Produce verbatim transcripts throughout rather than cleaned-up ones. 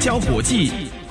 焦国际。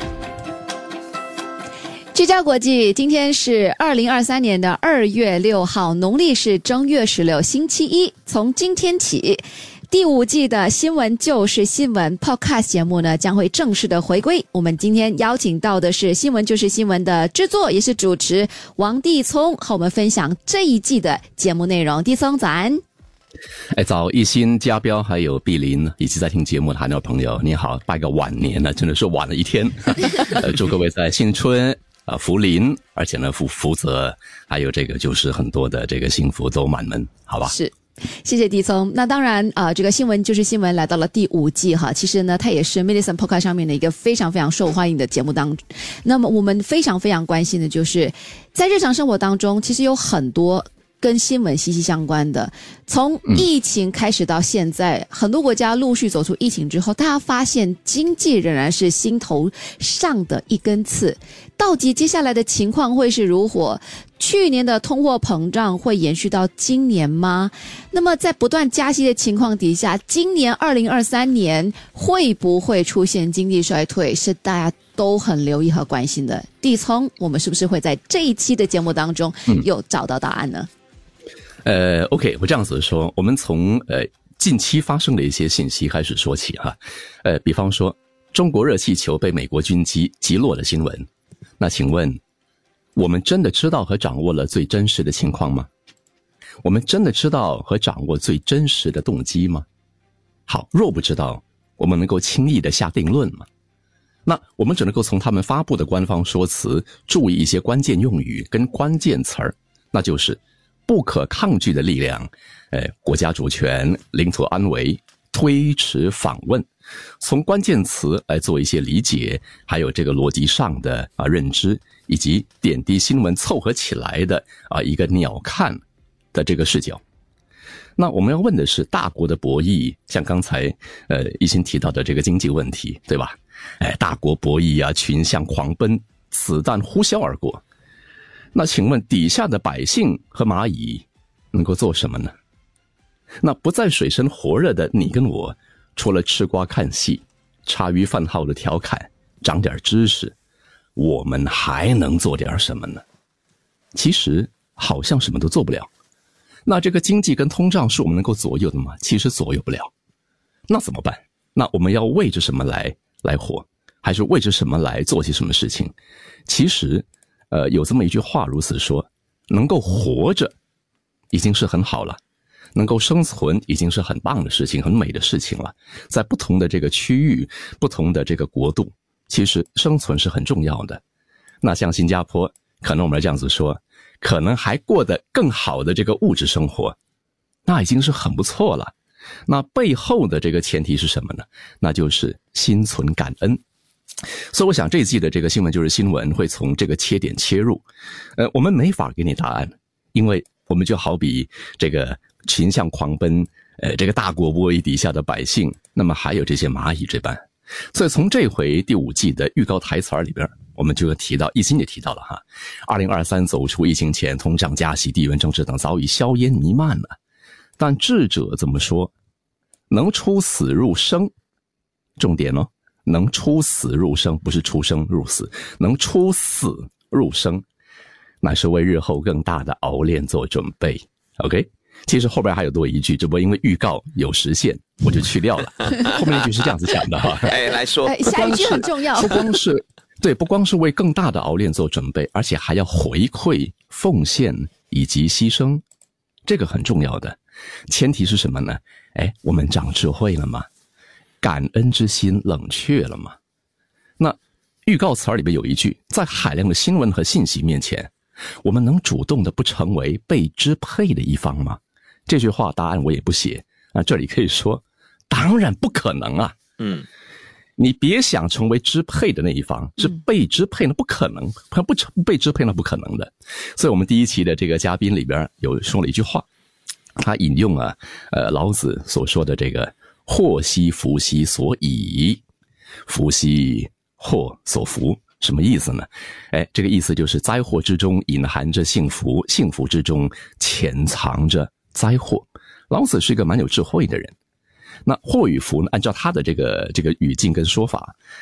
聚焦国际，今天是二零二三年的二月六号，农历是正月十六，星期一。从今天起，第五季的新闻就是新闻 Podcast 节目呢将会正式的回归。我们今天邀请到的是新闻就是新闻的制作也是主持王地聪，和我们分享这一季的节目内容。地聪早安。 哎，早一心、家彪还有碧林以及在听节目的海鸟朋友，你好，拜个晚年呢，真的是晚了一天。呃，祝各位在新春啊、呃、福临，而且呢福福泽，还有这个就是很多的这个幸福都满门，好吧？ 是。谢谢地聪。那当然啊、呃，这个新闻就是新闻来到了第五季哈，其实呢它也是 Millicent Podcast 上面的一个非常非常受欢迎的节目当中。那么我们非常非常关心的就是在日常生活当中，其实有很多跟新闻息息相关的，从疫情开始到现在、嗯、很多国家陆续走出疫情之后，大家发现经济仍然是心头上的一根刺，到底接下来的情况会是如何？去年的通货膨胀会延续到今年吗？那么在不断加息的情况底下，今年二零二三年会不会出现经济衰退，是大家都很留意和关心的。地聪，我们是不是会在这一期的节目当中有找到答案呢？ 嗯、呃 OK， 我这样子说，我们从呃近期发生的一些信息开始说起哈。呃比方说中国热气球被美国军机击落的新闻，那请问我们真的知道和掌握了最真实的情况吗？我们真的知道和掌握最真实的动机吗？好，若不知道，我们能够轻易的下定论吗？那我们只能够从他们发布的官方说辞注意一些关键用语跟关键词儿，那就是不可抗拒的力量，呃，国家主权、领土安危、推迟访问，从关键词来做一些理解，还有这个逻辑上的啊认知，以及点滴新闻凑合起来的啊一个鸟瞰的这个视角。那我们要问的是大国的博弈，像刚才呃一心提到的这个经济问题，对吧？哎，大国博弈啊，群象狂奔，子弹呼啸而过。那请问底下的百姓和蚂蚁能够做什么呢？那不在水深火热的你跟我，除了吃瓜看戏、茶余饭后的调侃、长点知识，我们还能做点什么呢？其实好像什么都做不了。那这个经济跟通胀是我们能够左右的吗？其实左右不了。那怎么办？那我们要为着什么来来活，还是为着什么来做些什么事情？其实呃，有这么一句话如此说，能够活着已经是很好了，能够生存已经是很棒的事情，很美的事情了。在不同的这个区域，不同的这个国度，其实生存是很重要的。那像新加坡，可能我们这样子说，可能还过得更好的这个物质生活，那已经是很不错了。那背后的这个前提是什么呢？那就是心存感恩。所以我想这一季的这个新闻就是新闻会从这个切点切入。呃，我们没法给你答案，因为我们就好比这个群象狂奔，呃，这个大国博弈底下的百姓，那么还有这些蚂蚁这般。所以从这回第五季的预告台词里边，我们就提到，一心也提到了哈，二零二三走出疫情前，通胀加息、地缘政治等早已硝烟弥漫了。但智者怎么说？能出死入生，重点哦，能出死入生，不是出生入死，能出死入生，乃是为日后更大的熬炼做准备。OK， 其实后边还有多一句，只不过因为预告有时限，我就去掉了。后面那句是这样子讲的哈， 哎，来说， 哎，下一句很重要， 不光是对，不光是为更大的熬炼做准备，而且还要回馈、奉献以及牺牲，这个很重要的。前提是什么呢？哎，我们长智慧了吗？感恩之心冷却了吗？那预告词里面有一句，在海量的新闻和信息面前，我们能主动的不成为被支配的一方吗？这句话答案我也不写啊，这里可以说当然不可能啊。嗯，你别想成为支配的那一方，是被支配那不可能，不成被支配那不可能的。所以我们第一期的这个嘉宾里边有说了一句话，他引用啊，呃，老子所说的这个“祸兮福兮所倚，福兮祸所伏”，什么意思呢？哎，这个意思就是灾祸之中隐含着幸福，幸福之中潜藏着灾祸。老子是一个蛮有智慧的人。那祸与福呢，按照他的这个这个语境跟说法，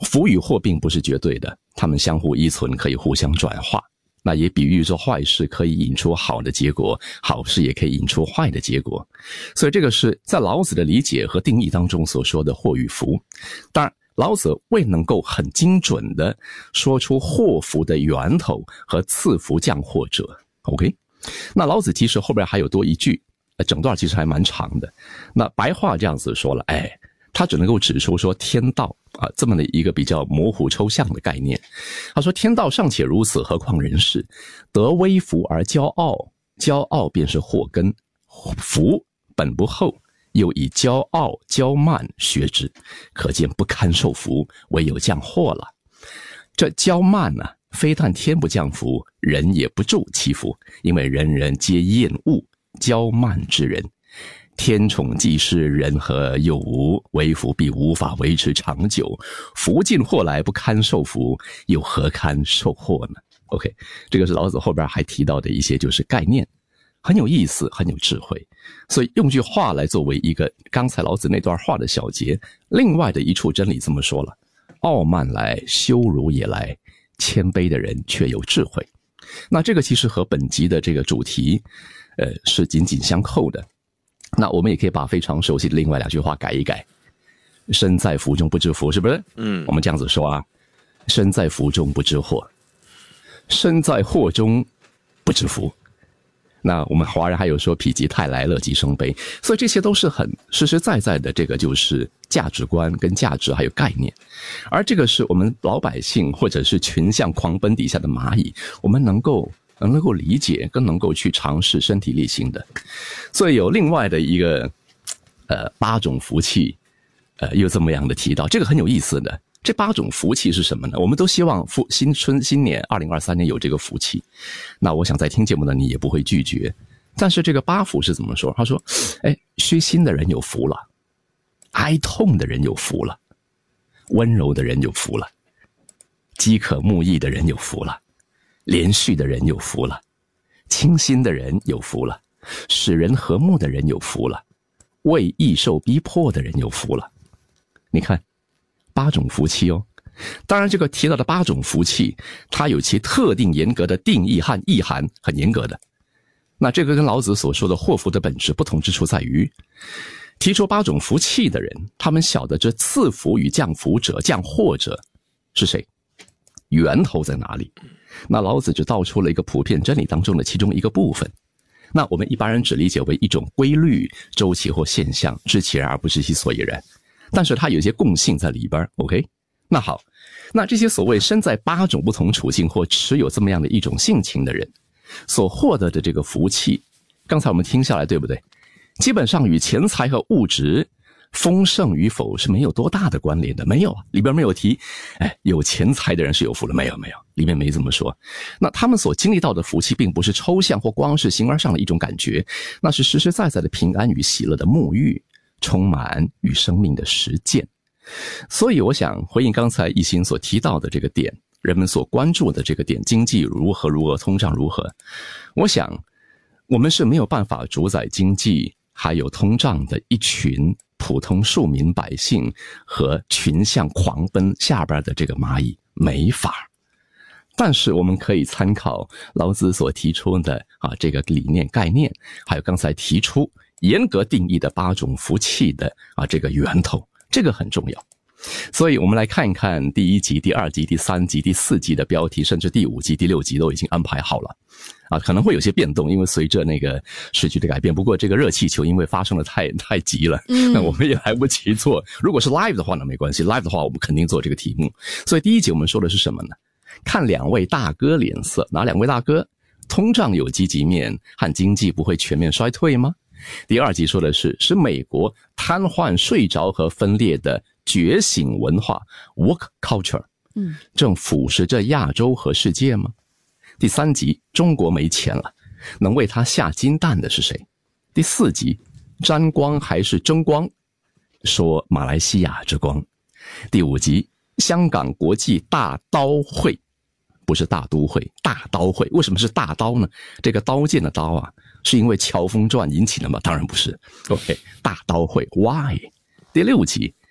福与祸并不是绝对的，它们相互依存，可以互相转化。那也比喻说坏事可以引出好的结果，好事也可以引出坏的结果。所以这个是在老子的理解和定义当中所说的祸与福。当然老子未能够很精准的说出祸福的源头和赐福降祸者。 OK， 那老子其实后边还有多一句，整段其实还蛮长的。那白话这样子说了，哎，他只能够指出说天道啊这么的一个比较模糊抽象的概念。他说天道尚且如此，何况人世？得微福而骄傲，骄傲便是祸根。福本不厚，又以骄傲骄慢学之，可见不堪受福，唯有降祸了。这骄慢呢、啊，非但天不降福，人也不助其福，因为人人皆厌恶骄慢之人。天宠既失，人何又无？微福必无法维持长久，福尽祸来，不堪受福，又何堪受祸呢？ OK， 这个是老子后边还提到的一些就是概念，很有意思，很有智慧。所以用句话来作为一个刚才老子那段话的小结。另外的一处真理这么说了：傲慢来，羞辱也来，谦卑的人却有智慧。那这个其实和本集的这个主题呃，是紧紧相扣的。那我们也可以把非常熟悉的另外两句话改一改：身在福中不知福，是不是？嗯，我们这样子说啊：身在福中不知祸，身在祸中不知福。那我们华人还有说否极泰来，乐极生悲，所以这些都是很实实在在的，这个就是价值观跟价值还有概念。而这个是我们老百姓或者是群像狂奔底下的蚂蚁，我们能够能够理解更能够去尝试身体力行的。所以有另外的一个呃八种福气，呃又这么样的提到，这个很有意思的。这八种福气是什么呢？我们都希望福新春新年二零二三年有这个福气。那我想在听节目的你也不会拒绝。但是这个八福是怎么说？他说，哎，虚心的人有福了，哀痛的人有福了，温柔的人有福了，饥渴慕义的人有福了，连续的人有福了，清心的人有福了，使人和睦的人有福了，为义受逼迫的人有福了。你看八种福气哦。当然这个提到的八种福气，它有其特定严格的定义和意涵，很严格的。那这个跟老子所说的祸福的本质不同之处在于，提出八种福气的人，他们晓得这赐福与降福者、降祸者是谁，源头在哪里。那老子只道出了一个普遍真理当中的其中一个部分。那我们一般人只理解为一种规律、周期或现象，知其然而不知其所以然。但是它有一些共性在里边 ，OK？ 那好，那这些所谓身在八种不同处境或持有这么样的一种性情的人，所获得的这个福气，刚才我们听下来，对不对？基本上与钱财和物质丰盛与否是没有多大的关联的，没有啊，里边没有提，哎，有钱财的人是有福的，没有没有，里面没这么说。那他们所经历到的福气，并不是抽象或光是形而上的一种感觉，那是实实在在的平安与喜乐的沐浴，充满与生命的实践。所以我想回应刚才一心所提到的这个点，人们所关注的这个点，经济如何如何，通胀如何，我想我们是没有办法主宰经济还有通胀的一群普通庶民百姓和群像狂奔下边的这个蚂蚁，没法。但是我们可以参考老子所提出的啊这个理念概念，还有刚才提出严格定义的八种福气的啊这个源头，这个很重要。所以我们来看一看第一集、第二集、第三集、第四集的标题，甚至第五集、第六集都已经安排好了啊，可能会有些变动，因为随着那个时局的改变。不过这个热气球因为发生的太太急了，嗯，那我们也来不及做。如果是 live 的话呢，没关系 ，live 的话我们肯定做这个题目。所以第一集我们说的是什么呢？看两位大哥脸色，哪两位大哥？通胀有积极面，和经济不会全面衰退吗？第二集说的是使美国瘫痪、睡着和分裂的觉醒文化 work culture， 嗯，正腐蚀着亚洲和世界吗？第三集中国没钱了，能为他下金蛋的是谁？第四集沾光还是争光，说马来西亚之光。第五集香港国际大刀会，不是大都会，大刀会。为什么是大刀呢？这个刀剑的刀啊，是因为乔峰传引起的吗？当然不是。OK， 大刀会 Why？ 第六集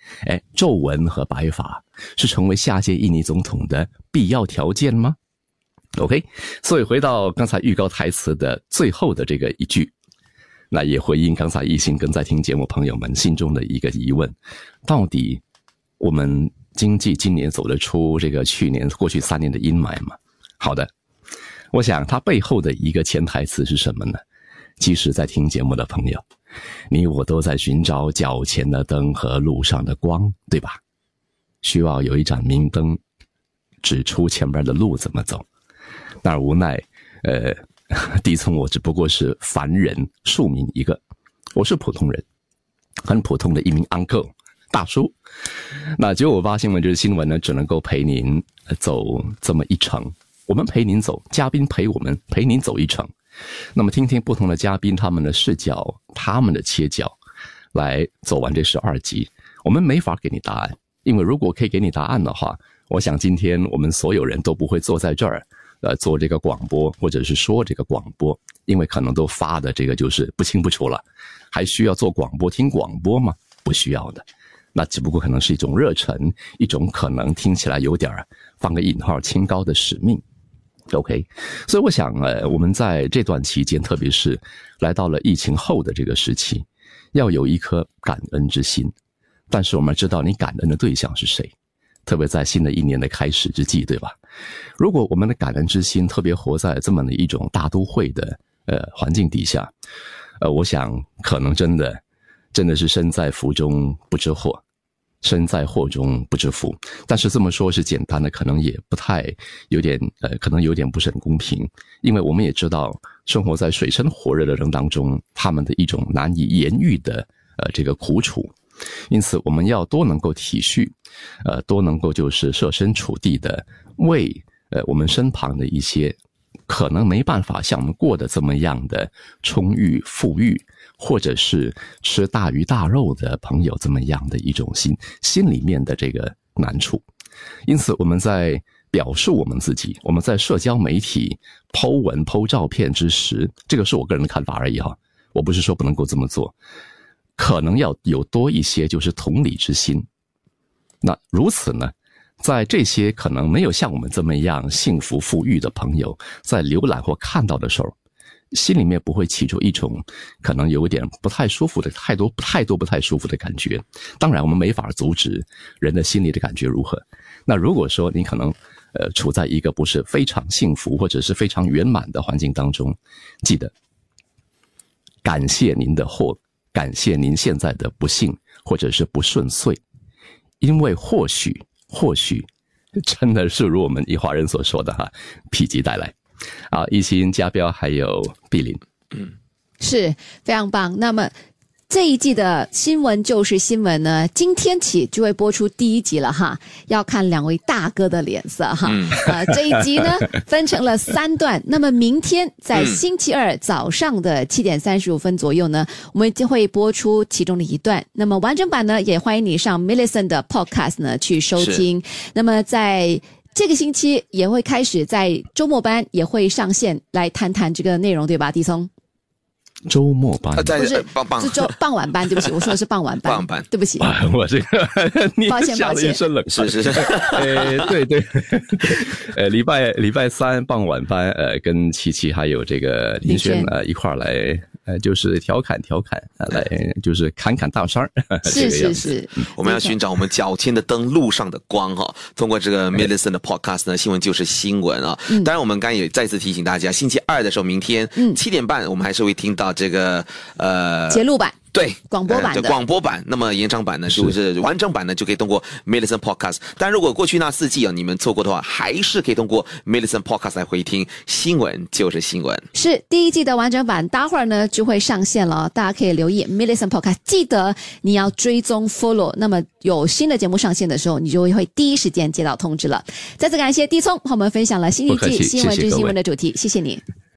哎，皱纹和白发是成为下届印尼总统的必要条件吗？ OK， 所以回到刚才预告台词的最后的这个一句，那也回应刚才一心跟在听节目朋友们心中的一个疑问，到底我们经济今年走得出这个去年过去三年的阴霾吗？好的，我想它背后的一个潜台词是什么呢？即使在听节目的朋友，你我都在寻找脚前的灯和路上的光，对吧？需要有一盏明灯指出前面的路怎么走。但无奈呃，地聪我只不过是凡人庶民一个，我是普通人，很普通的一名 uncle 大叔。那九五八新闻就是新闻呢，只能够陪您走这么一程，我们陪您走，嘉宾陪我们陪您走一程。那么听听不同的嘉宾他们的视角，他们的切角，来走完这十二集。我们没法给你答案，因为如果可以给你答案的话，我想今天我们所有人都不会坐在这儿呃做这个广播，或者是说这个广播，因为可能都发的这个就是不清不楚了。还需要做广播听广播吗？不需要的，那只不过可能是一种热忱，一种可能听起来有点放个引号清高的使命。OK， 所以我想呃，我们在这段期间，特别是来到了疫情后的这个时期，要有一颗感恩之心。但是我们知道你感恩的对象是谁，特别在新的一年的开始之际，对吧？如果我们的感恩之心特别活在这么的一种大都会的呃环境底下，呃，我想可能真的真的是身在福中不知祸，身在祸中不知福。但是这么说是简单的，可能也不太有点呃，可能有点不是很公平，因为我们也知道生活在水深火热的人当中，他们的一种难以言喻的呃这个苦楚。因此我们要多能够体恤，呃，多能够就是设身处地的为呃我们身旁的一些可能没办法像我们过得这么样的充裕富裕，或者是吃大鱼大肉的朋友这么样的一种心心里面的这个难处。因此我们在表述我们自己，我们在社交媒体 po 文 po 照片之时，这个是我个人的看法而已哈，我不是说不能够这么做，可能要有多一些就是同理之心。那如此呢，在这些可能没有像我们这么样幸福富裕的朋友在浏览或看到的时候，心里面不会起出一种可能有点不太舒服的太多太多不太舒服的感觉。当然我们没法阻止人的心里的感觉如何。那如果说你可能呃处在一个不是非常幸福或者是非常圆满的环境当中，记得感谢您的祸，感谢您现在的不幸或者是不顺遂，因为或许或许真的是如我们一华人所说的哈，否极泰来。啊，一心、家标还有碧林， 嗯，是非常棒。那么这一季的新闻就是新闻呢，今天起就会播出第一集了哈，要看两位大哥的脸色哈。嗯、呃，这一集呢分成了三段，那么明天在星期二早上的七点三十五分左右呢，我们就会播出其中的一段。那么完整版呢，也欢迎你上 Millicent 的 Podcast 呢去收听。那么在这个星期也会开始在周末班也会上线来谈谈这个内容，对吧，迪聪？ 周末班不是是周傍晚班，对不起，我说的是傍晚班，傍晚班，对不起， 我这个你吓了一身冷汗， 是是是， 呃，对对，呃，礼拜礼拜三傍晚班，呃，跟琪琪还有这个林轩呃一块儿来。呃，就是调侃调侃，来就是侃侃大山， 是是是， 我们要寻找我们脚前的灯，路上的光哈。通过这个 Millicent 的 Podcast 呢，新闻就是新闻啊。嗯、当然，我们刚才也再次提醒大家，星期二的时候，明天七点半，我们还是会听到这个呃节录版。 对， 广播版的、 呃、广播版，那么延长版呢，就是完整版呢，就可以通过 Millicent Podcast。但如果过去那四季啊，你们错过的话，还是可以通过 Millicent Podcast 来回听。新闻就是新闻， 是第一季的完整版，待会儿呢就会上线了，大家可以留意 Millicent Podcast， 记得你要追踪 follow， 那么有新的节目上线的时候，你就会第一时间接到通知了。再次感谢地聪和我们分享了新一季新闻之新闻的主题，谢谢你。